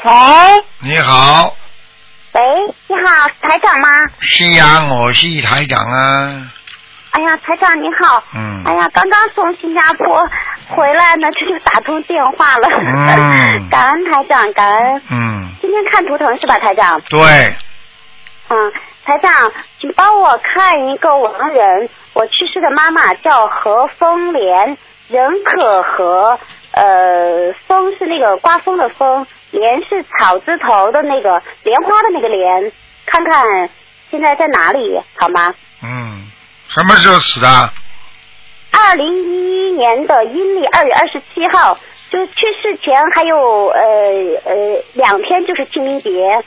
喂。 你好。 喂，你好，是台长吗？ 是呀，我是台长啊。 哎呀，台长你好。哎呀，刚刚从新加坡回来呢，这就打通电话了。感恩台长，感恩。今天看图腾是吧，台长？ 对。 台长，请帮我看一个亡人，我去世的妈妈叫何风莲，人可和，风是那个刮风的风，莲是草字头的那个莲花的那个莲，看看现在在哪里好吗？ 什么时候死的 ？2011年的阴历2月27号，就去世前还有2天就是清明节。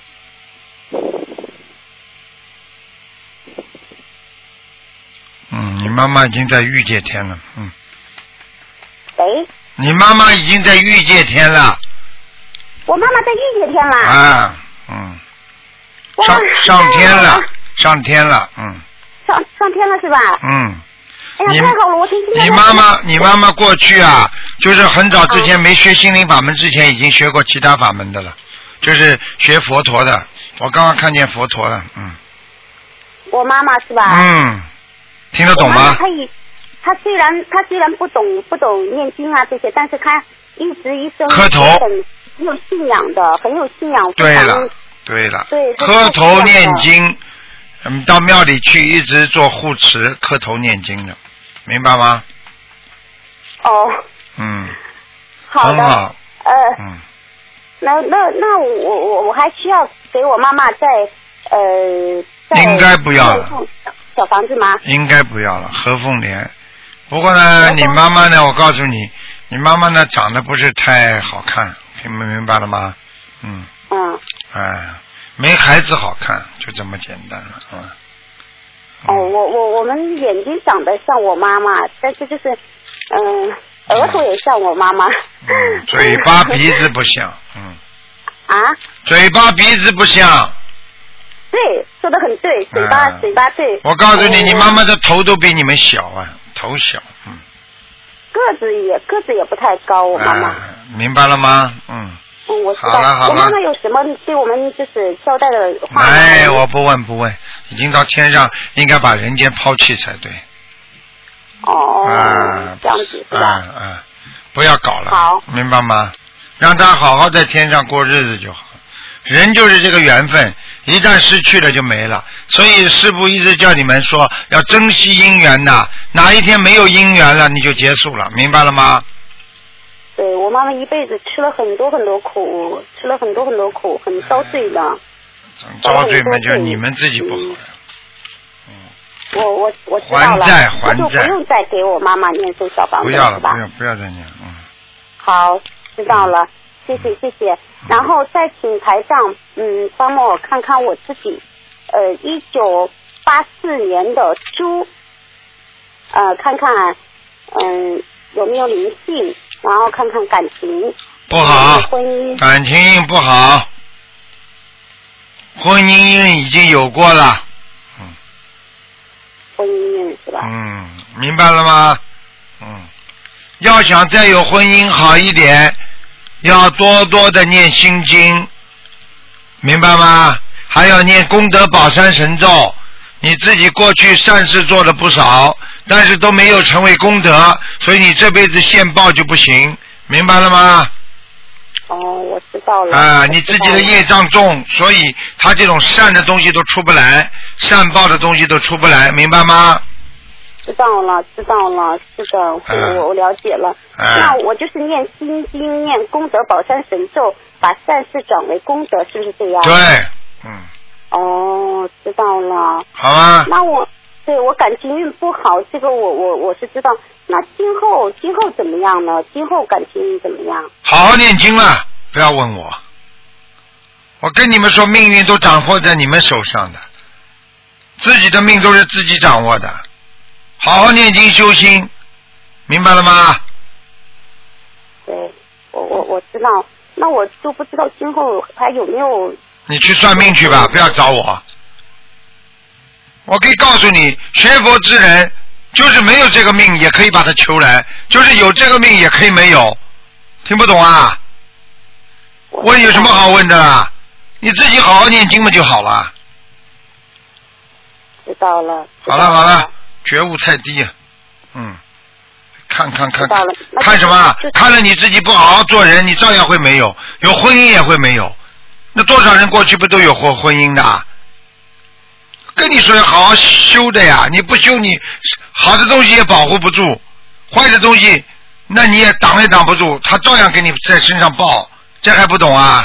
你妈妈已经在御界天了。 喂。 你妈妈已经在御界天了。 我妈妈在御界天了。 上天了，上天了， 上天了是吧？哎呀，太好了！我听你妈妈过去啊，就是很早之前没学心灵法门之前，已经学过其他法门的了，就是学佛陀的。我刚刚看见佛陀了， 我妈妈是吧？ 听得懂吗？ 他虽然不懂念经啊这些，但是他一生磕头很有信仰的，很有信仰。 对了，对， 磕头念经，到庙里去一直做护持，磕头念经的，明白吗？ 好的。 很好。 那我还需要给我妈妈应该不要了。 小房子吗？ 应该不要了，何凤莲。不过呢，你妈妈呢？我告诉你，你妈妈呢长得不是太好看，明白了吗？没孩子好看，就这么简单了。 我们眼睛长得像我妈妈，但是就是额头也像我妈妈。 嘴巴鼻子不像。嘴巴鼻子不像。 对，说得很对，嘴巴对。 我告诉你，你妈妈的头都比你们小啊，头小。 个子也不太高，我妈妈。 明白了吗？ 我知道。 好了。 我妈妈有什么对我们就是交代的话？ 我不问，已经到天上，应该把人间抛弃才对。 这样子是吧？ 不要搞了。 好。 明白吗？让他好好在天上过日子就好。人就是这个缘分，一旦失去了就没了。所以师父一直叫你们说要珍惜姻缘的，哪一天没有姻缘了，你就结束了，明白了吗？ 对，我妈妈一辈子吃了很多很多苦，很遭罪的。 遭罪嘛，就你们自己不好呀。 我知道了， 还债。 就不用再给我妈妈念诵小房子了， 不要再念。 好，知道了。谢谢，然后再请台长，帮我看看我自己，1984年的猪，看看有没有灵性，然后看看感情不好， 婚姻感情运不好，婚姻运已经有过了， 婚姻运是吧？ 明白了吗？要想再有婚姻好一点。要多多的念心经，明白吗？还要念功德宝山神咒。你自己过去善事做了不少，但是都没有成为功德，所以你这辈子现报就不行，明白了吗？ 我知道了。 你自己的业障重，所以他这种善的东西都出不来，善报的东西都出不来，明白吗？ 知道了，是的，我了解了。那我就是念心经，念功德宝山神咒，把善事转为功德，是不是这样？ 对， 知道了。 好吗？ 那我感情运不好，这个我是知道。那今后怎么样呢？今后感情运怎么样？ 好好念经了，不要问我。我跟你们说，命运都掌握在你们手上的，自己的命都是自己掌握的。好好念经修心，明白了吗？ 对，我知道。那我就不知道今后还有没有。 你去算命去吧，不要找我。我可以告诉你，学佛之人就是没有这个命也可以把它求来，就是有这个命也可以没有。听不懂啊？ 问有什么好问的啦？你自己好好念经嘛就好了。 知道了。 好了，觉悟太低啊。看什么？看了你自己不好好做人，你照样会没有，有婚姻也会没有。那多少人过去不都有婚姻的？跟你说要好好修的呀，你不修，你好的东西也保护不住，坏的东西那你也挡也挡不住，他照样给你在身上报，这还不懂啊？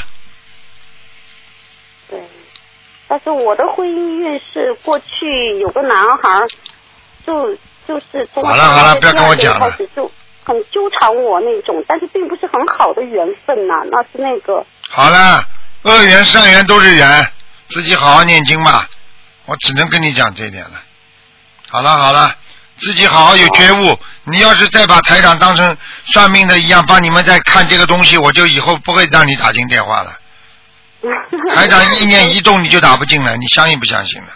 对，但是我的婚姻运势过去有个男孩，就是从好了，不要跟我讲了。 开始就很纠缠我那种，但是并不是很好的缘分呐，那是那个。好了，恶缘善缘都是缘，自己好好念经吧。我只能跟你讲这一点了。好了，自己好好有觉悟。你要是再把台长当成算命的一样帮你们在看这个东西，我就以后不会让你打进电话了。台长意念一动你就打不进了，你相信不相信了？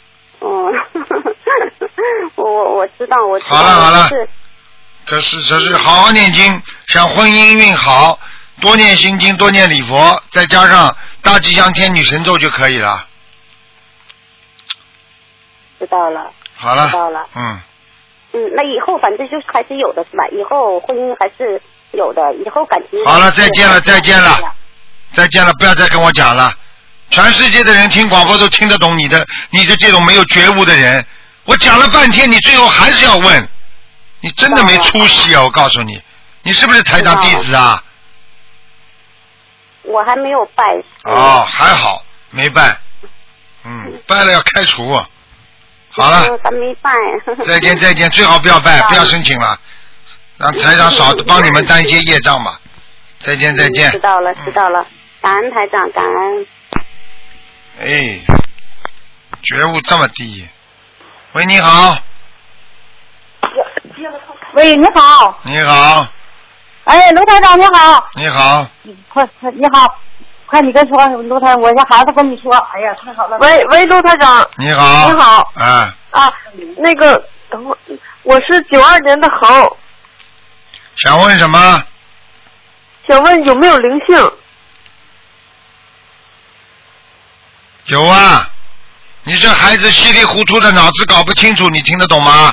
我知道。 好了，这是好好念经，想婚姻运好，多念心经，多念礼佛，再加上大吉祥天女神咒就可以了。 知道了。 好了。 知道了。那以后反正就是还是有的是吧？以后婚姻还是有的，以后感情。 好了，再见了，不要再跟我讲了。全世界的人听广播都听得懂你的这种没有觉悟的人。我讲了半天，你最后还是要问，你真的没出息啊！我告诉你，你是不是台长弟子啊？ 我还没有拜。 还好没拜。拜了要开除。好了。 还没拜。 再见，最好不要拜，不要申请了，让台长少帮你们担一些业障吧。再见。 知道了，感恩台长，感恩。 觉悟这么低。喂，你好。 喂，你好。 你好。 哎，卢台长你好。 你好。 快，你好，快你跟说，卢台长，我家孩子跟你说，哎呀，太好了。喂，卢台长。 你好。 你好。那个，等会儿，我是92年的猴。 想问什么？ 想问有没有灵性？ 有啊。你这孩子稀里糊涂的，脑子搞不清楚，你听得懂吗？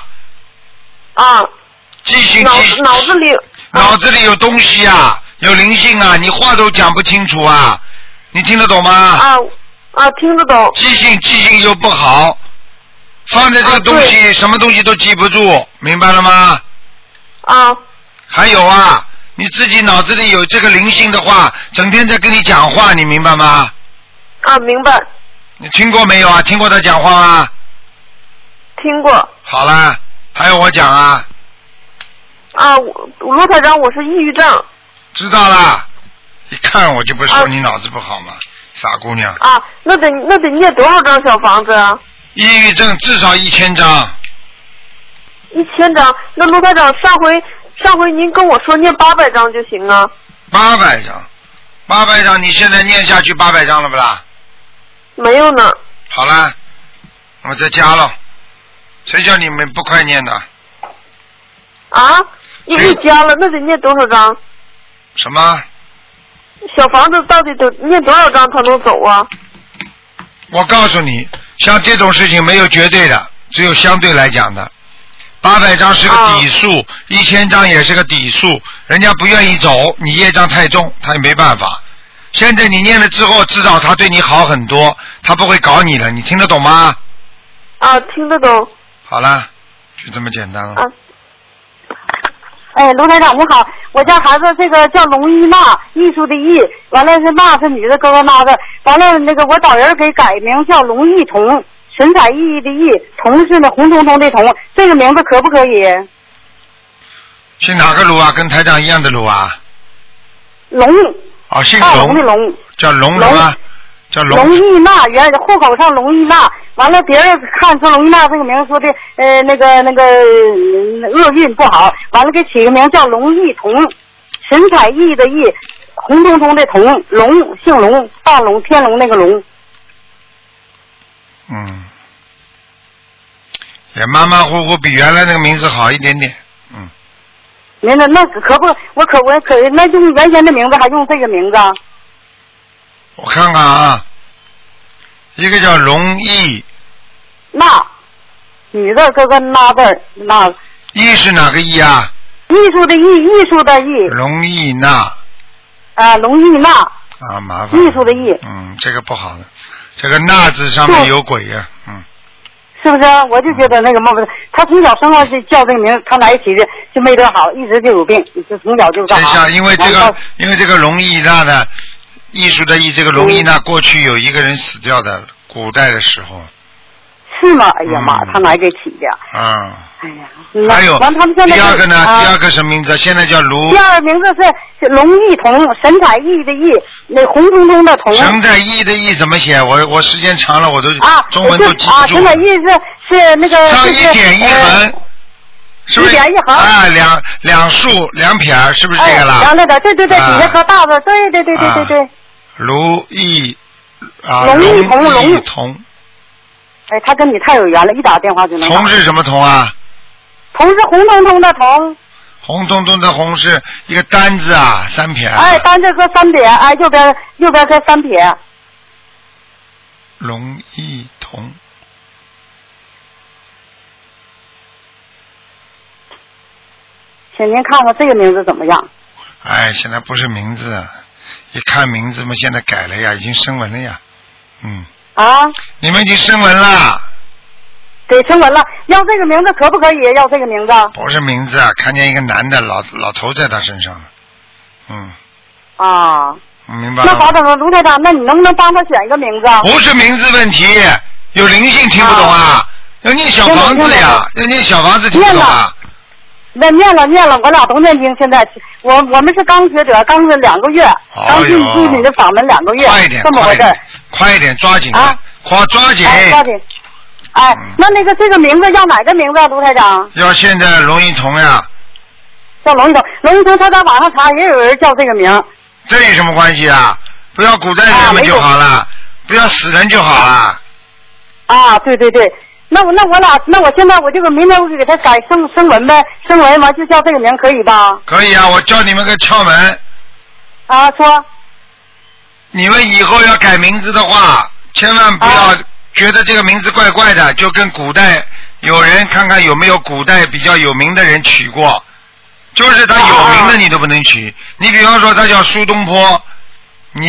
记性脑子里有东西啊，有灵性啊，你话都讲不清楚啊，你听得懂吗？ 听得懂。 记性又不好，放在这个东西，什么东西都记不住，明白了吗？还有啊，你自己脑子里有这个灵性的话，整天在跟你讲话，你明白吗？ 明白。 你听过没有啊？听过他讲话吗？ 听过。 好了，还有我讲啊。 卢台长，我是抑郁症。 知道了，一看我就不说你脑子不好嘛，傻姑娘。 那得念多少张小房子啊？ 抑郁症至少1000张。 1000张？那卢台长，上回您跟我说念800张就行啊。 800张，你现在念下去800张了不啦？ 没有呢。 好了，我再加了。谁叫你们不快念的？ 你加了，那得念多少张？ 什么？ 小房子到底得念多少张才能走啊？ 我告诉你，像这种事情没有绝对的，只有相对来讲的。800张是个底数，1000张也是个底数，人家不愿意走，你业障太重，他也没办法。现在你念了之后，至少他对你好很多，他不会搞你了，你听得懂吗？ 听得懂。 好了，就这么简单了。 卢台长你好，我家孩子这个叫龙一娜，艺术的艺，完了是娜是女的哥哥妈的，完了那个我找人给改名叫龙一彤，神采奕奕的奕，彤是那红彤彤的彤，这个名字可不可以？ 姓哪个卢啊？跟台长一样的卢啊？ 龙。 姓龙的龙。 叫龙啊？叫龙一娜，原户口上龙一娜，完了别人看出龙一娜这个名说的那个厄运不好，完了给起个名叫龙一彤，神采奕奕的奕，红彤彤的彤，龙姓龙，大龙天龙那个龙。 也马马虎虎，比原来那个名字好一点点。 那可不，我可那用原先的名字还用这个名字？ 我看看啊，一个叫容易。 那女的哥哥那字儿，那易是哪个易啊？ 艺术的艺，艺术的艺。 容易那。 容易那。 啊，麻烦。 艺术的艺。 这个不好的，这个那字上面有鬼呀， 是不是？我就觉得那个梦，他从小生下就叫这个名，他来一起的就没得好，一直就有病，就从小就干啥。 因为这个容易那的艺术的艺，这个容易那过去有一个人死掉的，古代的时候。 是吗？哎呀妈，他哪给起的？ 啊。 哎呀， 还有完他们现在第二个呢？第二个什么名字？现在叫卢。 第二个名字是龙翼童，神采奕的奕，那红彤彤的彤。 神采奕的奕怎么写？我时间长了我都中文都记不住。 神采奕是那个。 上一点一横。是不是？ 一点一横。 啊，两竖两撇，是不是这个了？ 两那个，对，底下颗大的，对。 卢翼啊， 龙翼童。 哎，他跟你太有缘了，一打电话就能打。 童是什么童啊？ 童是红彤彤的彤。 红彤彤的红是一个单字啊，三撇。 哎，单字搁三撇，哎，右边搁三撇。 龙翼童。 请您看看这个名字怎么样？ 哎，现在不是名字，一看名字嘛，现在改了呀，已经升文了呀， 啊！ 你们已经升文了。 对，升文了。要这个名字可不可以？要这个名字？ 不是名字，看见一个男的老头在他身上。 啊。 明白了。 那好的，卢台长，那你能不能帮他选一个名字？ 不是名字问题，有灵性听不懂啊？要念小房子呀，要念小房子听不懂啊？ 那念了，我俩都念经。现在我们是刚学者，刚是2个月，刚进你的法门2个月，这么回事。 快一点，抓紧啊！抓紧。 抓紧。哎，那个这个名字要哪个名字啊，卢台长？ 要现在龙应童呀。 叫龙应童，龙应童他在网上查也有人叫这个名。 这有什么关系啊？不要古代人们就好了，不要死人就好了。 啊，对。那我现在我这个明天我就给他改声文呗，声文完就叫这个名可以吧？ 可以啊，我教你们个窍门。 啊，说。 你们以后要改名字的话，千万不要觉得这个名字怪怪的，就跟古代有人看看有没有古代比较有名的人取过，就是他有名的你都不能取。你比方说他叫苏东坡，你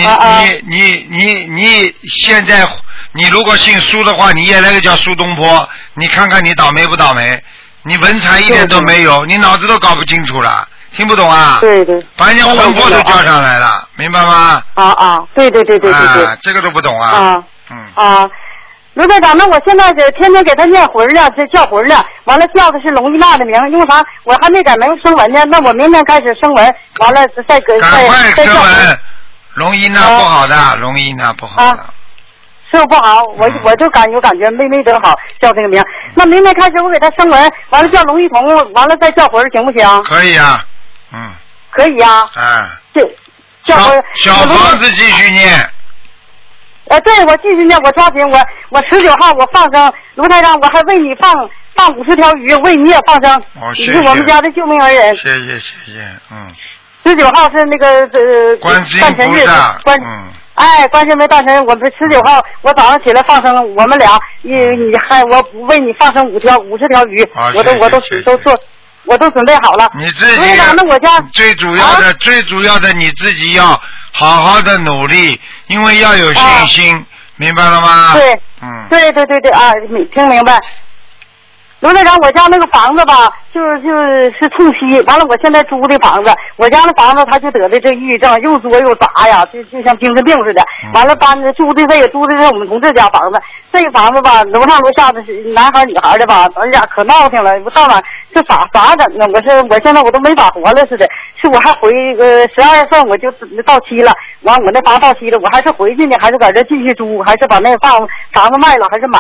现在你如果姓苏的话，你也来个叫苏东坡，你看看你倒霉不倒霉？你文采一点都没有，你脑子都搞不清楚了，听不懂啊？对，把人家魂魄都叫上来了，明白吗？ 对。 这个都不懂啊。 卢队长，那我现在天天给他念魂呢，这叫魂呢，完了叫的是龙一娜的名，因为啥？我还没改名声文呢，那我明天开始声文，完了再给赶快声文。龙一娜不好的，龙一娜不好的。 是不好，我就有感觉没得好叫这个名。那明天开始我给他声文，完了叫龙一彤，完了再叫魂，行不行？ 可以啊， 可以啊。叫魂。 小房子继续念。 对，我继续念，我抓紧，我19号我放生，卢台长，我还为你放50条鱼，为你也放生，你是我们家的救命恩人。 谢谢 ，19号是那个观世音菩萨， 观世音大神，我们19号我早上起来放生，我们俩我为你放生50条鱼，我都准备好了。 你自己， 那我家最主要的你自己要好好的努力，因为要有信心，明白了吗？ 对，对啊，听明白。卢队长，我家那个房子吧，就是冲西，完了我现在租的房子，我家那房子他就得的这抑郁症，又作又杂呀，就像精神病似的。完了租的是我们同志家房子，这个房子吧，楼上楼下的是男孩女孩的吧，咱俩可闹腾了，我到哪这咋整呢？我现在我都没法活了似的，是我还回12月份我就到期了，完我那房到期了，我还是回去呢，还是在这继续租，还是把那房子卖了，还是买？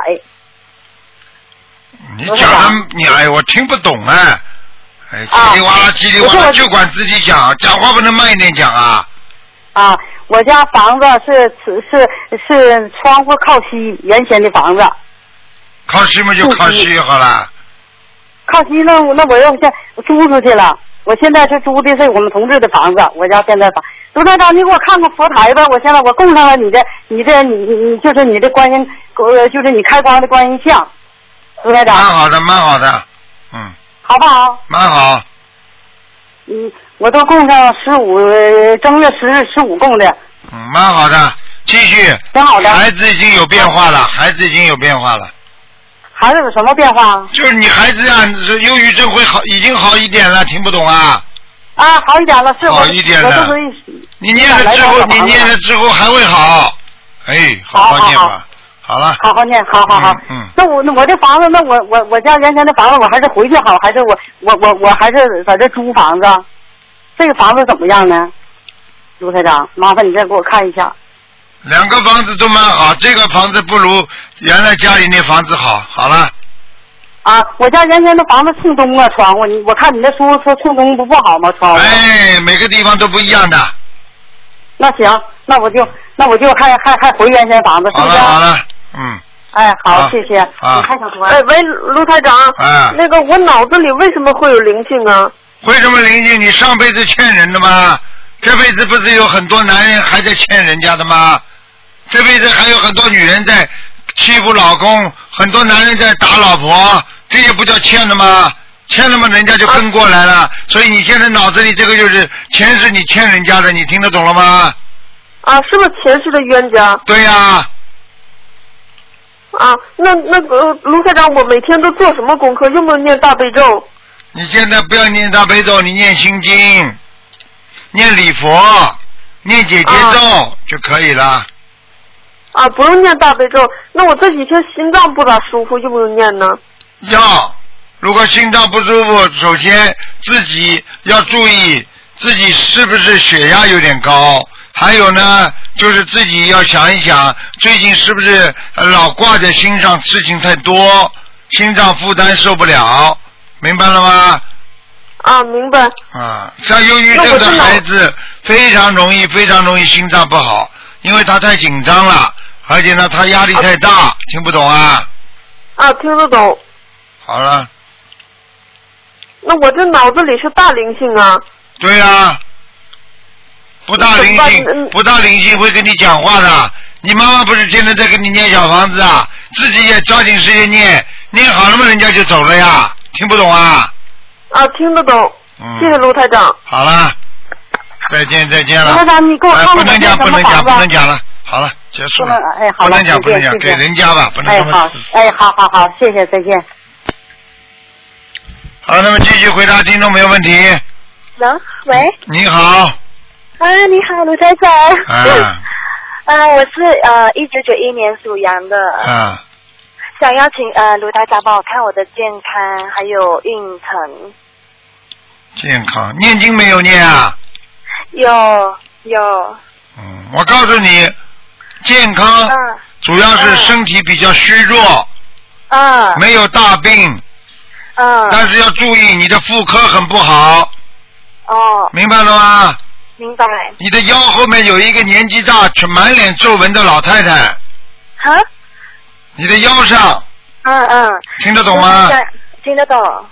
你讲的我听不懂啊！叽里哇啦就管自己讲话不能慢一点讲啊！ 我家房子是窗户靠西，原先的房子。 靠西嘛就靠西好了。 靠西那我又租出去了。 我现在是租的是我们同志的房子，我家现在房。卢台长，你给我看看佛台吧，我现在我供上了你就是你的观音，就是你开光的观音像，卢台长。 蛮好的，蛮好的，嗯。 好不好？ 蛮好。 我都供上正月10日15供的。 蛮好的，继续。 挺好的。 孩子已经有变化了，孩子已经有变化了。 孩子有什么变化？ 就是你孩子啊，忧郁症会好，已经好一点了，听不懂啊？ 啊，好一点了，是好一点了。你念了之后，你念了之后还会好。哎，好好念吧。好了。好好念，好。那我这房子，那我家原先的房子，我还是回去好，还是我还是在这租房子？这个房子怎么样呢？卢台长，麻烦你再给我看一下。2个房子都蛮好，这个房子不如原来家里那房子好。好了。啊，我家原先的房子冲东啊，窗户，我看你那书说冲东不好吗？窗户。哎，每个地方都不一样的。那行，那我就还回原先房子，是不是？好了，嗯。哎，好，谢谢。你还想说？哎，喂，卢台长。那个我脑子里为什么会有灵性啊？为什么灵性？你上辈子欠人的吗？这辈子不是有很多男人还在欠人家的吗？这辈子还有很多女人在欺负老公，很多男人在打老婆，这也不叫欠的吗？欠了嘛，人家就跟过来了。所以你现在脑子里这个就是钱是你欠人家的，你听得懂了吗？啊，是不是前世的冤家？对呀。啊，那个卢台长，我每天都做什么功课？用不用念大悲咒？你现在不要念大悲咒，你念心经，念礼佛，念姐姐咒就可以了。啊，不用念大悲咒。那我这几天心脏不咋舒服，用不用念呢？要。如果心脏不舒服，首先自己要注意自己是不是血压有点高，还有呢就是自己要想一想最近是不是老挂在心上，事情太多，心脏负担受不了，明白了吗？啊，明白。啊，像忧郁症的孩子非常容易心脏不好，因为他太紧张了，而且呢他压力太大。听不懂啊？啊，听得懂。好了。那我这脑子里是大灵性啊。对啊，不大灵性会跟你讲话的。你妈妈不是天天在跟你念小房子啊，自己也抓紧时间念好了嘛，人家就走了呀。听不懂啊？啊，听得懂。谢谢卢台长。好了，再见了。卢台长，你给我看看不能讲了。好了，结束了。哎，好了，不能讲，给人家吧，不能。哎，好，谢谢，再见。好，那么继续回答听众没有问题。喂。你好。啊，你好，卢台长。我是1991年属羊的。想邀请卢台长帮我看我的健康还有运程。健康念经没有念啊？有。我告诉你，健康主要是身体比较虚弱。没有大病。但是要注意，你的妇科很不好。明白了吗？明白。你的腰后面有一个年纪大、满脸皱纹的老太太。你的腰上。听得懂吗？听得懂。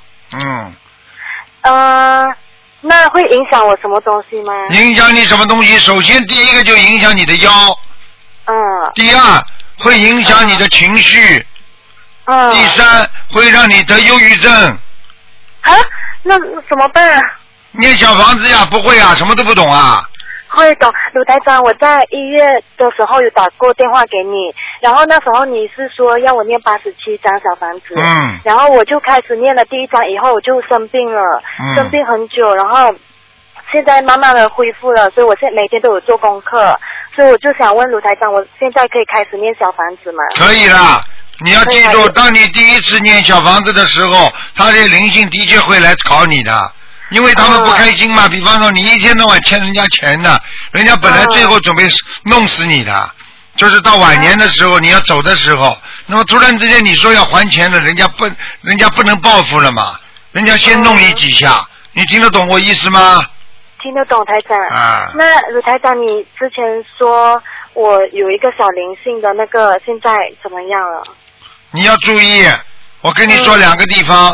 那会影响我什么东西吗？影响你什么东西？首先，第一个就影响你的腰。第二，会影响你的情绪。第三，会让你得忧郁症。那怎么办？念小房子呀，不会啊，什么都不懂啊。会懂，卢台长，我在1月的时候有打过电话给你，然后那时候你是说要我念87张小房子，然后我就开始念了第1张，以后我就生病了，生病很久，然后现在慢慢的恢复了，所以我现在每天都有做功课，所以我就想问卢台长，我现在可以开始念小房子吗？可以啦。你要记住，当你第一次念小房子的时候，他的灵性的确会来考你的，因为他们不开心嘛。比方说，你一天到晚欠人家钱的，人家本来最后准备弄死你的，就是到晚年的时候，你要走的时候，那么突然之间你说要还钱了，人家不能报复了嘛，人家先弄你几下，你听得懂我意思吗？听得懂，台长。那卢台长，你之前说我有一个小灵性的那个，现在怎么样了？你要注意，我跟你说2个地方，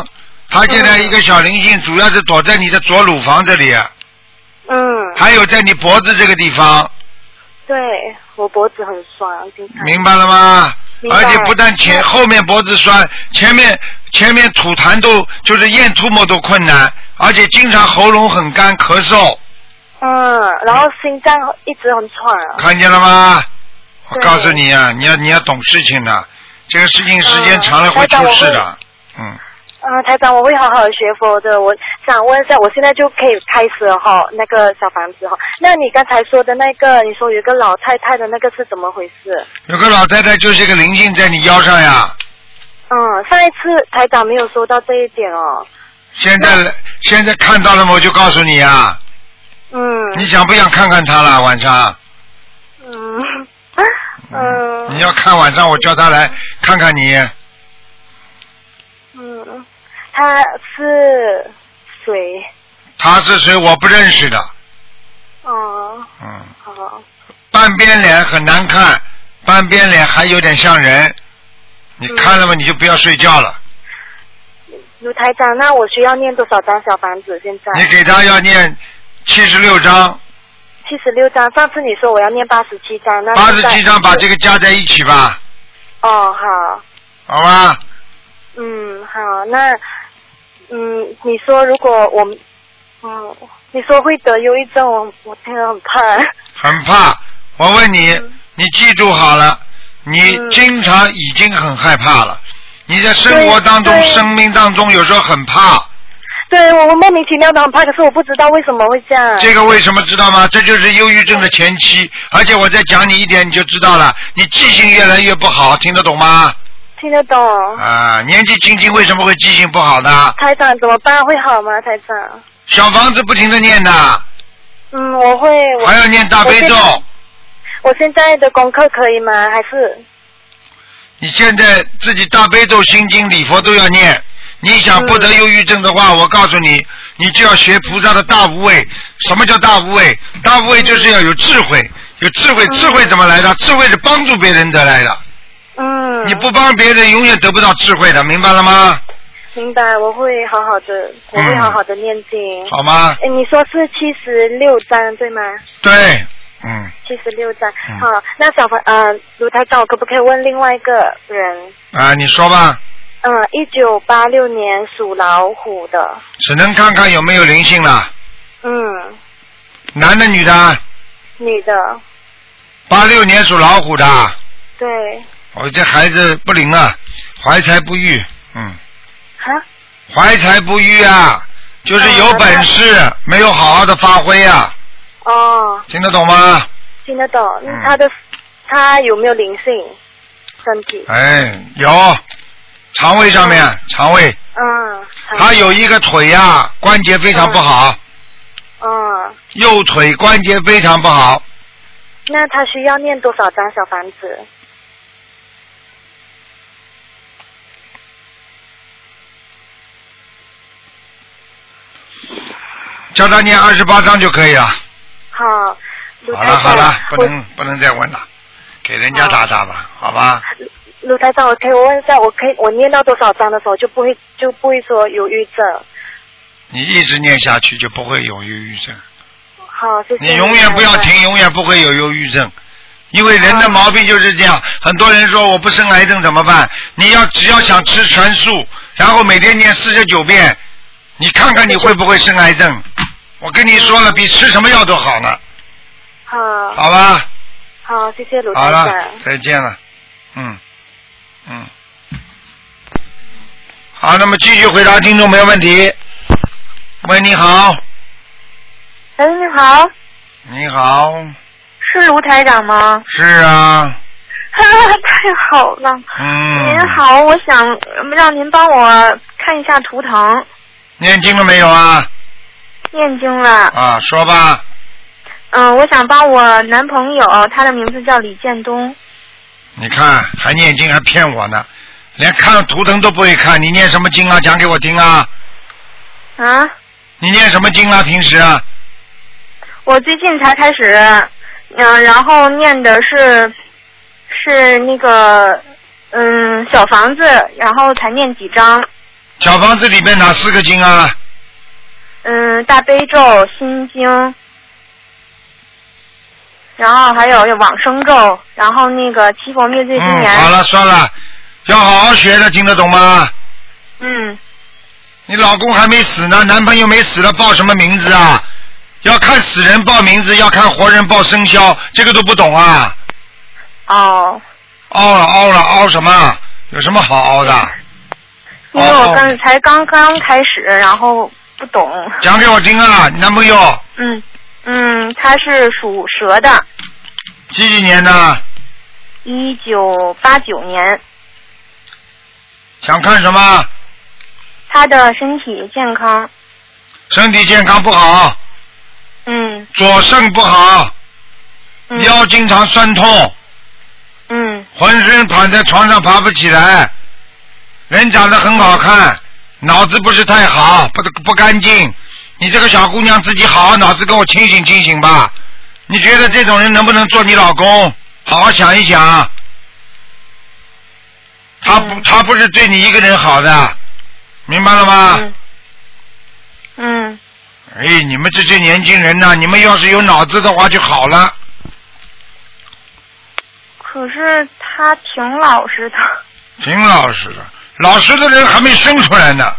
他现在一个小灵性，主要是躲在你的左乳房这里。还有在你脖子这个地方。 对，我脖子很酸，经常。 明白了吗？而且不但后面脖子酸，前面吐痰都就是咽吐沫都困难，而且经常喉咙很干，咳嗽。 然后心脏一直很喘。 看见了吗？我告诉你啊，你要懂事情的，这个事情时间长了会出事的。 台长，我会好好的学佛的。我想问一下，我现在就可以开始哈那个小房子哈。那你刚才说的那个，你说有个老太太的那个是怎么回事？ 有个老太太就是一个灵性在你腰上呀。 上一次台长没有说到这一点哦。 现在看到了吗？我就告诉你啊。你想不想看看她了？晚上。你要看晚上，我叫她来看看你。 他是谁？ 他是谁？我不认识的。 好。 半边脸很难看，半边脸还有点像人。你看了吗？你就不要睡觉了。 卢台长，那我需要念多少张小房子？现在？ 你给他要念76张。 76张，上次你说我要念87张，那 87张把这个加在一起吧。 好。 好吧。 好，那你说如果我你说会得忧郁症，我听得很怕。 很怕。我问你，你记住好了，你经常已经很害怕了，你在生活当中、生命当中有时候很怕。 对，我莫名其妙的很怕，可是我不知道为什么会这样。 这个为什么知道吗？这就是忧郁症的前期，而且我再讲你一点你就知道了，你记性越来越不好，听得懂吗？ 听得懂。 年纪轻轻为什么会记性不好的？ 台长怎么办？会好吗？台长。 小房子不停的念的。 我会。 还要念大悲咒。 我现在的功课可以吗？还是？ 你现在自己大悲咒、心经、礼佛都要念。你想不得忧郁症的话，我告诉你，你就要学菩萨的大无畏。什么叫大无畏？大无畏就是要有智慧，有智慧，智慧怎么来的？智慧是帮助别人得来的。你不帮别人，永远得不到智慧的，明白了吗？ 明白，我会好好的念经。 好吗？ 你说是76章对吗？ 对 ，76章。好，那卢台长，我可不可以问另外一个人？ 你说吧。 1986年属老虎的。 只能看看有没有灵性了。男的女的？ 女的。 86年属老虎的。 对。 我这孩子不灵啊，怀才不遇。怀才不遇啊，就是有本事，没有好好的发挥啊。听得懂吗？ 听得懂。他有没有灵性？身体？ 有，肠胃上面，肠胃。他有一个腿呀，关节非常不好。右腿关节非常不好。 那他需要念多少张小房子？ 叫他念28章就可以了。 好， 好了，不能再问了，给人家打吧，好吧？ 卢台长，我问一下，我念到多少章的时候就不会说忧郁症？ 你一直念下去就不会有忧郁症。 好，谢谢。 你永远不要停，永远不会有忧郁症，因为人的毛病就是这样。很多人说我不生癌症怎么办？只要想吃全素，然后每天念49遍。你看看你会不会生癌症？我跟你说了，比吃什么药都好呢。好吧。 好，谢谢卢台长。好了， 再见了。好，那么继续回答听众没有问题。喂，你好。 你好。 你好。 是卢台长吗？ 是啊。 太好了。您好，我想让您帮我看一下图腾。 念经了没有啊？ 念经了。 说吧。 我想帮我男朋友，他的名字叫李建东。 你看，还念经还骗我呢，连看图腾都不会看。你念什么经啊？讲给我听啊。你念什么经啊？平时？ 我最近才开始，然后念的是那个小房子，然后才念几张。 小房子里面哪4个经啊？ 大悲咒、心经，然后还有往生咒，然后那个七佛灭罪真言。 好了，算了，要好好学的，听得懂吗？你老公还没死呢，男朋友没死了，报什么名字啊？要看死人报名字，要看活人报生肖，这个都不懂啊？ 熬了，熬什么？有什么好熬的？ 因为我才刚开始，然后不懂。 讲给我听啊，你男朋友？ 他是属蛇的。 几年的 ？1989年。 想看什么？ 他的身体健康。 身体健康不好。左肾不好。腰经常酸痛。浑身躺在床上爬不起来。人长得很好看，脑子不是太好，不干净。你这个小姑娘自己好好脑子跟我清醒清醒吧。你觉得这种人能不能做你老公？好好想一想。他不是对你一个人好的，明白了吗？你们这些年轻人呢，你们要是有脑子的话就好了。 可是他挺老实的。 挺老实的，老实的人还没生出来呢。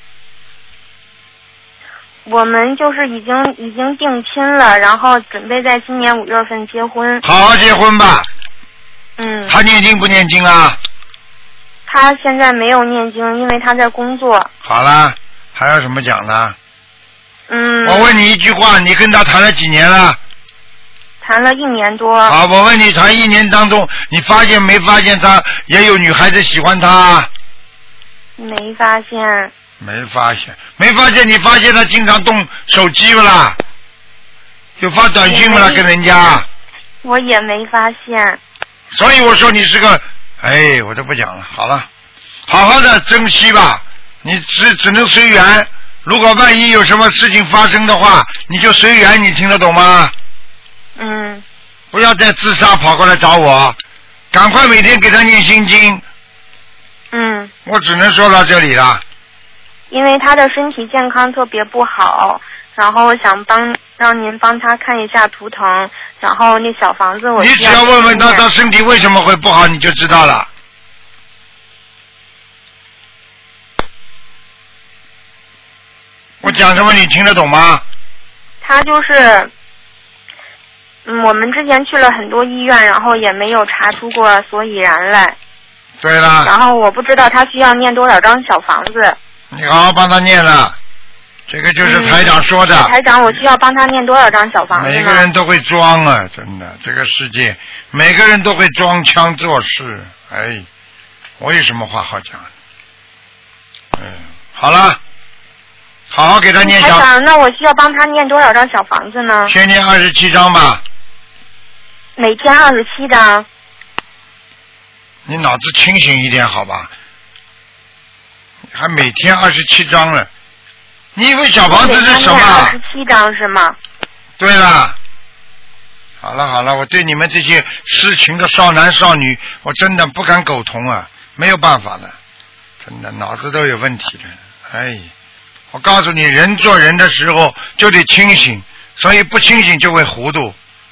我们就是已经定亲了，然后准备在今年5月份结婚。 好好结婚吧。他念经不念经啊？ 他现在没有念经，因为他在工作。 好了，还有什么讲的？我问你一句话，你跟他谈了几年了？ 谈了1年多。 好，我问你，谈1年当中，你发现没发现他也有女孩子喜欢他？ 没发现。 没发现，你发现他经常动手机不啦？有发短信不啦？跟人家？ 我也没发现。 所以我说你是个，我都不讲了。好了，好好的珍惜吧。你只能随缘。如果万一有什么事情发生的话，你就随缘。你听得懂吗？不要再自杀跑过来找我，赶快每天给他念心经。我只能说到这里了。 因为他的身体健康特别不好，然后我想让您帮他看一下图腾，然后那小房子我。你只要问问他身体为什么会不好，你就知道了。我讲什么你听得懂吗？ 他就是我们之前去了很多医院，然后也没有查出过所以然来。 对了。 然后我不知道他需要念多少张小房子。 你好好帮他念了，这个就是台长说的。 台长，我需要帮他念多少张小房子呢？ 每个人都会装啊，真的，这个世界每个人都会装腔作势。我有什么话好讲？好了，好好给他念小。 台长，那我需要帮他念多少张小房子呢？ 先念27张吧。 每天27张。 你脑子清醒一点好吧？还每天27张了，你以为小房子是什么 ？27张是吗？ 对了，好了，我对你们这些痴情的少男少女，我真的不敢苟同啊，没有办法了，真的脑子都有问题了。我告诉你，人做人的时候就得清醒，所以不清醒就会糊涂。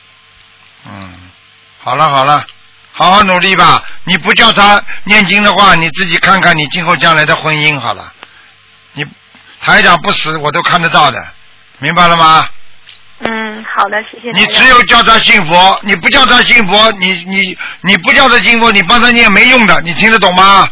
好了，好好努力吧。你不叫他念经的话，你自己看看你今后将来的婚姻好了。你台长不死我都看得到的，明白了吗？ 好的，谢谢台长。 你只有叫他信佛，你不叫他信佛，你不叫他信佛，你帮他念没用的，你听得懂吗？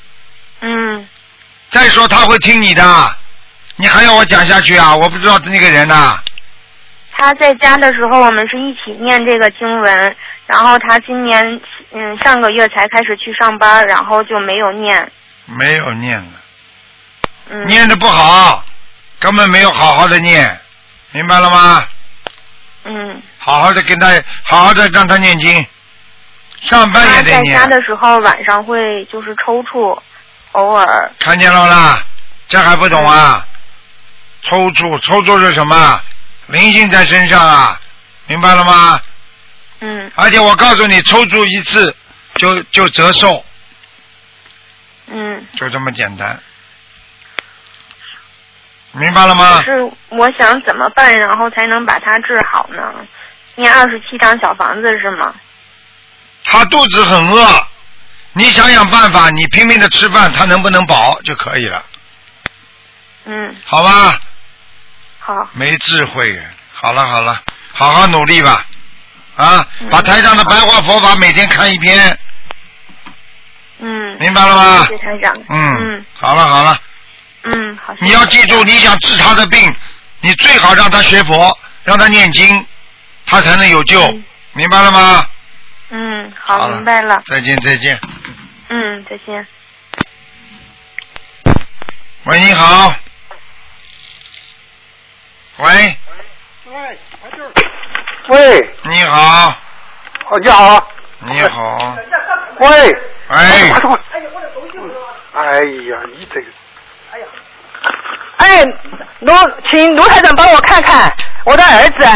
再说他会听你的，你还要我讲下去啊？我不知道那个人啊。 他在家的时候，我们是一起念这个经文，然后他今年上个月才开始去上班，然后就没有念。 没有念了。念得不好，根本没有好好的念，明白了吗？好好的跟他，好好的让他念经，上班也得念。 他在家的时候晚上会就是抽搐，偶尔。 看见了啦？这还不懂啊？抽搐是什么？灵性在身上啊，明白了吗？而且我告诉你，抽搐一次就折寿。就这么简单。 明白了吗？ 是我想怎么办，然后才能把他治好呢？念27张小房子是吗？ 他肚子很饿，你想想办法，你拼命的吃饭，他能不能饱就可以了。好吧。 好。 没智慧，好了，好好努力吧，啊，把台上的白话佛法每天看1篇。明白了吗？ 谢谢台长。 好了。 好。 你要记住，你想治他的病，你最好让他学佛，让他念经，他才能有救，明白了吗？ 好，明白了。 再见。 再见。 喂，你好。喂。 喂。 你好。 你好。 你好。 喂。 哎呀， 你这个。请卢台长帮我看看我的儿子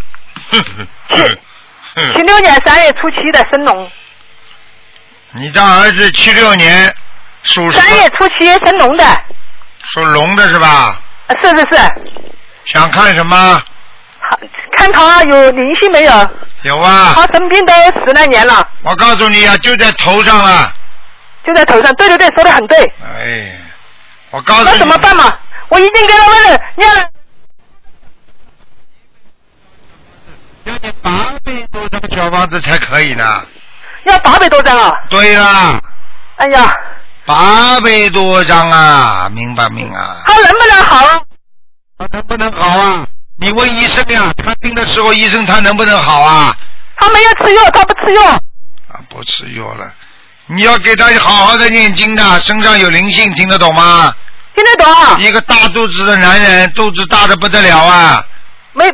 ，76年3月初7的生龙。 你的儿子76年属什么 ？3月初7生龙的。 属龙的是吧？ 是。 想看什么？ 看他有灵性没有？ 有啊。 他生病都10来年了。 我告诉你啊，就在头上了。 就在头上，对，说得很对。 哎，我告诉你。 那怎么办嘛？我已经给他们念了。 要你800多张小房子才可以呢。 要800多张啊？ 对啦。 哎呀。 800多张啊，明白？ 他能不能好？ 他能不能好啊？你问医生呀，他病的时候，医生他能不能好啊？ 他没有吃药，他不吃药。 啊，不吃药了。你要给他好好的念经的，身上有灵性，听得懂吗？ 听得懂。 一个大肚子的男人，肚子大的不得了啊！ 没有。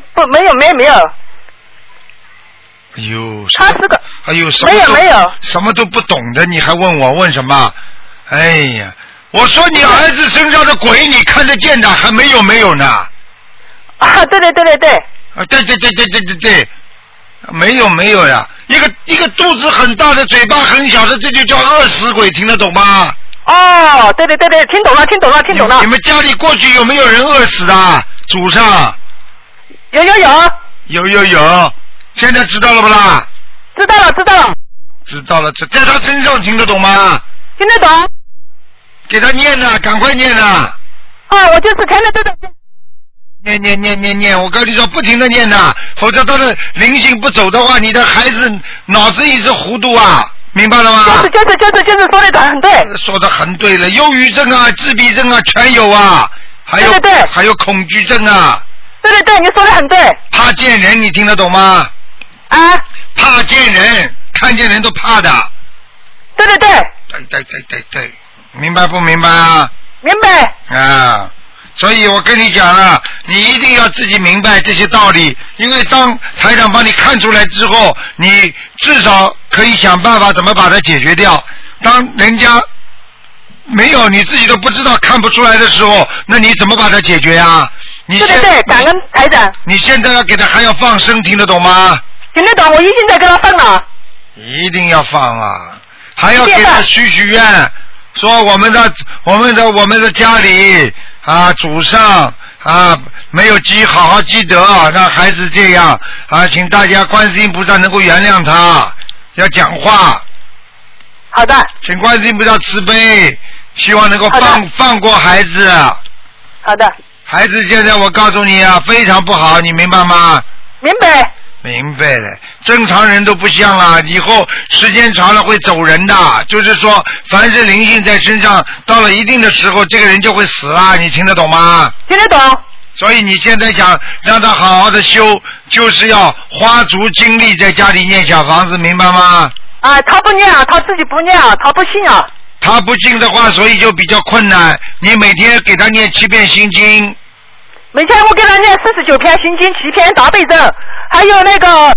哎呦， 他是个。 哎呦， 没有， 什么都不懂的，你还问我问什么？哎呀，我说你儿子身上的鬼你看得见的，还没有呢。 啊，对。 啊，对，没有呀。一个肚子很大的，嘴巴很小的，这就叫饿死鬼，听得懂吗？ 哦，对，听懂了。 你们家里过去有没有人饿死的？祖上？ 有。 有，现在知道了不啦？ 知道了。 在他身上听得懂吗？ 听得懂。 给他念呐，赶快念呐！ 我就是天天都在念，我跟你说，不停的念呐，否则他的灵性不走的话，你的孩子脑子一直糊涂啊，明白了吗？ 就是说的很对。 说的很对了，忧郁症啊、自闭症啊全有啊，还有恐惧症啊。 对，你说的很对。 怕见人，你听得懂吗？ 啊。 怕见人，看见人都怕的。 对。 对，明白不明白啊？ 明白。 啊。所以我跟你讲了，你一定要自己明白这些道理，因为当台长帮你看出来之后，你至少可以想办法怎么把它解决掉。当人家没有你自己都不知道看不出来的时候，那你怎么把它解决啊？ 对，感恩台长。 你现在要给他还要放生，听得懂吗？ 听得懂，我已经在给他放了。 一定要放啊，还要给他许愿，说我们的家里啊，祖上啊没有好好积德，让孩子这样啊，请大家观世音菩萨能够原谅他，要讲话。 好的。 请观世音菩萨慈悲，希望能够放过孩子。 好的。 孩子现在我告诉你啊，非常不好，你明白吗？ 明白。 明白了，正常人都不像啊，以后时间长了会走人的，就是说凡是灵性在身上到了一定的时候，这个人就会死了，你听得懂吗？ 听得懂。 所以你现在想让他好好的修，就是要花足精力在家里念小房子，明白吗？ 啊，他不念啊，他自己不念啊，他不信啊。 他不信的话，所以就比较困难。你每天给他念7遍心经。 每天我给他念49篇心经，7篇大悲咒，还有那个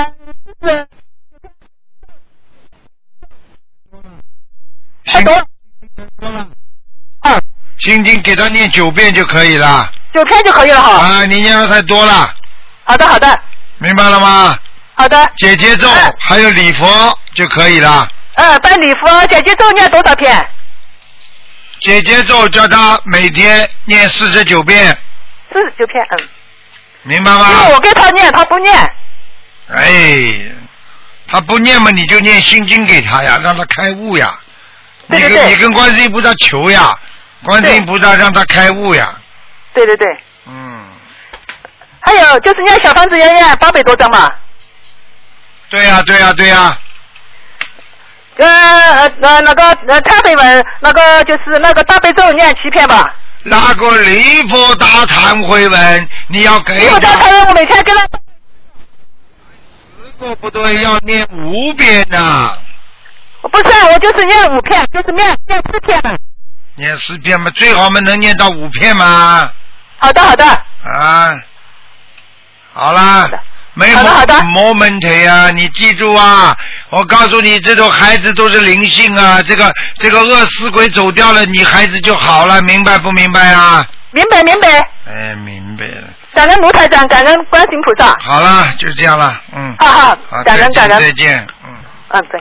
太多了。 心经给他念9遍就可以了。 9篇就可以了哈。 啊，你念的太多了。 好的。 明白了吗？ 好的。 解结咒还有礼佛就可以了。 办礼佛解结咒念多少篇姐姐咒叫他每天念49遍。 49遍， 明白吗？ 因为我给他念，他不念。 哎，他不念嘛，你就念心经给他呀，让他开悟呀。 对对对， 你跟观世音菩萨求呀，观世音菩萨让他开悟呀。 对对对。还有就是念小房子要念800多张嘛。 对呀对呀对呀。 那个忏悔文，那个就是那个大悲咒念7篇吧。 那个礼佛大忏悔文，你要给他。礼佛大忏悔文，我每天跟他。 10个不对，要念5遍呐。 不是，我就是念5片，就是念4片嘛。 念4片嘛，最好嘛能念到5片嘛。 好的好的。 啊，好啦。没没问题啊，你记住啊！我告诉你，这种孩子都是灵性啊，这个恶死鬼走掉了，你孩子就好了，明白不明白啊？ 明白明白。 哎，明白了。 感恩卢台长，感恩观世音菩萨。 好了，就这样了， 好，感恩感恩。 再见， 再见。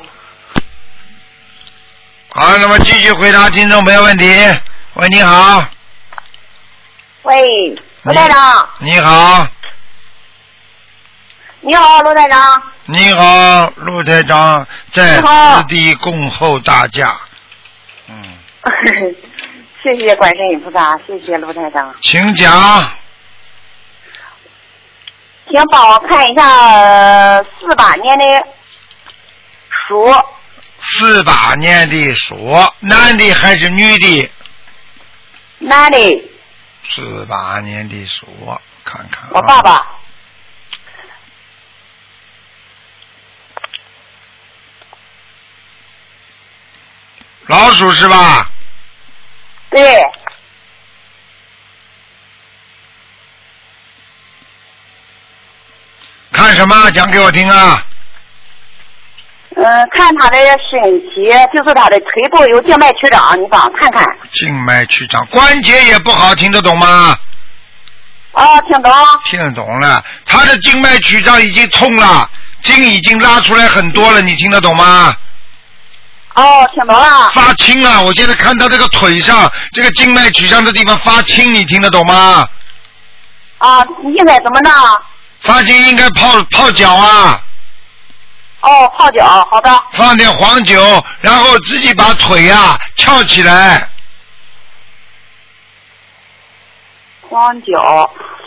好，那么继续回答听众朋友问题。喂，你好。 喂，卢台长。 你好。 你好，陆台长。 你好，陆台长，在此地恭候大驾。 谢谢观世音菩萨，谢谢陆台长。 请讲。 请帮我看一下48年的鼠。 48年的鼠，男的还是女的？ 男的。 48年的鼠，看看。 我爸爸。 老鼠是吧？ 对。 看什么？讲给我听啊。 看他的身体，就是他的腿部有静脉曲张，你帮我看看。 静脉曲张，关节也不好，听得懂吗？ 听懂。 听懂了，他的静脉曲张已经痛了，筋已经拉出来很多了，你听得懂吗？ 听懂了。 发青啊！我现在看到这个腿上这个静脉曲张的地方发青，你听得懂吗？ 应该怎么弄？ 发青应该泡脚啊。 泡脚，好的。 放点黄酒，然后自己把腿啊翘起来。 黄脚。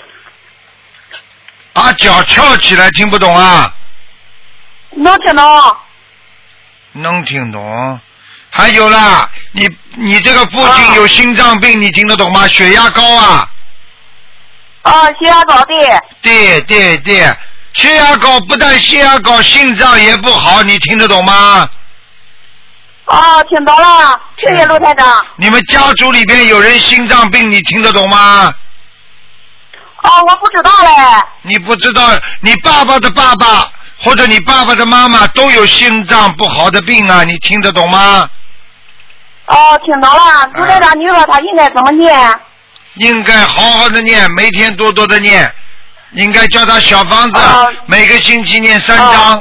把脚翘起来，听不懂啊？ 能听懂。 能听懂。还有啦，你这个父亲有心脏病，你听得懂吗？血压高啊。 血压高，对。 对，血压高，不但血压高，心脏也不好，你听得懂吗？ 听懂了，谢谢陆台长。 你们家族里边有人心脏病，你听得懂吗？ 我不知道嘞。 你不知道，你爸爸的爸爸或者你爸爸的妈妈都有心脏不好的病啊，你听得懂吗？ 听懂了，陆台长，你说他应该怎么念？ 应该好好的念，每天多多的念，应该叫他小房子，每个星期念3章。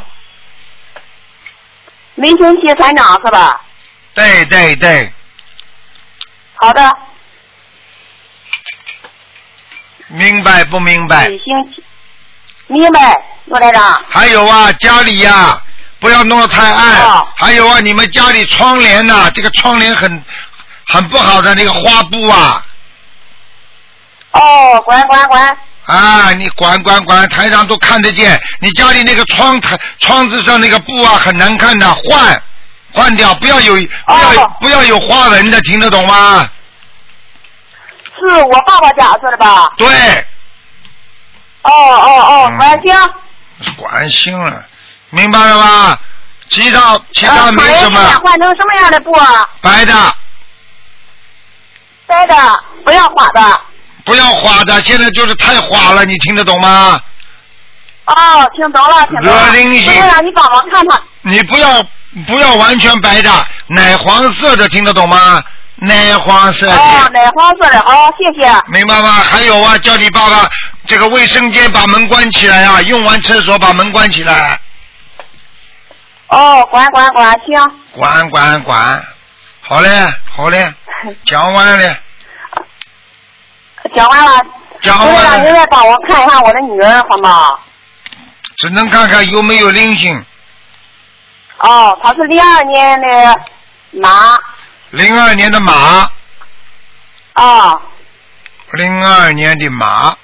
每星期3章是吧？ 对。 好的。 明白不明白？ 每星期。明白，陆台长。 还有啊，家里呀，不要弄得太暗。还有啊，你们家里窗帘呐，这个窗帘很不好的那个花布啊。管。你管，台上都看得见。你家里那个窗子上那个布啊，很难看的，换掉，不要有花纹的，听得懂吗？ 是我爸爸家是的吧？ 对。管行了，明白了吗？其他没什么。 换成什么样的布啊？ 白的， 不要花的。 不要花的，现在就是太花了，你听得懂吗？ 听懂了。 惹灵性。 让你帮忙看看。 你不要完全白的，奶黄色的，听得懂吗？奶黄色的。 奶黄色的，好，谢谢。 明白吗？还有啊，叫你爸爸这个卫生间把门关起来啊，用完厕所把门关起来。 管，行。 管，好嘞。 讲完了。 讲完了。 讲完了。 让您再帮我看一下我的女儿好吗？ 只能看看有没有灵性。 哦，她是02年的马。 02年的马。 啊。 02年的马。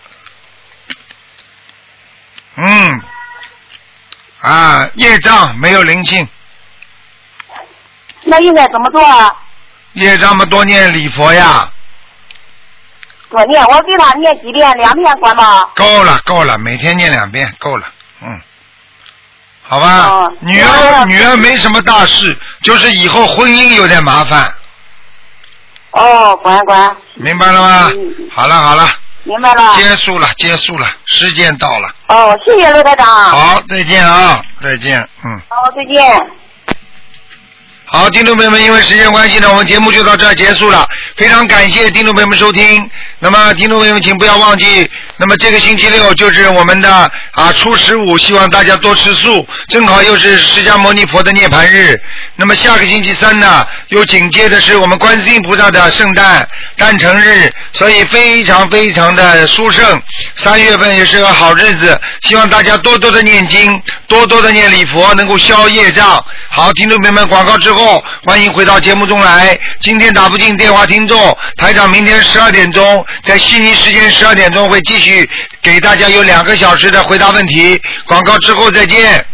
业障没有灵性。 那应该怎么做啊？ 业障嘛，多念礼佛呀。 多念，我给他念几遍？2遍管吗？ 够了，每天念2遍，够了。好吧。女儿没什么大事，就是以后婚姻有点麻烦。 管。 明白了吗？好了。 明白了。 结束了，时间到了。 谢谢刘台长。 好，再见啊，再见。 好，再见。 好，听众朋友们，因为时间关系呢，我们节目就到这儿结束了。非常感谢听众朋友们收听。那么，听众朋友们，请不要忘记，那么这个星期六就是我们的初15，希望大家多吃素，正好又是释迦牟尼佛的涅槃日。那么下个星期3呢，又紧接着是我们观世音菩萨的圣诞诞辰日，所以非常非常的殊胜。3月份也是个好日子，希望大家多多的念经，多多的念礼佛，能够消业障。好，听众朋友们，广告之后欢迎回到节目中来。今天打不进电话听众，台长明天12点钟在悉尼时间12点钟会继续给大家有2个小时的回答问题。广告之后再见。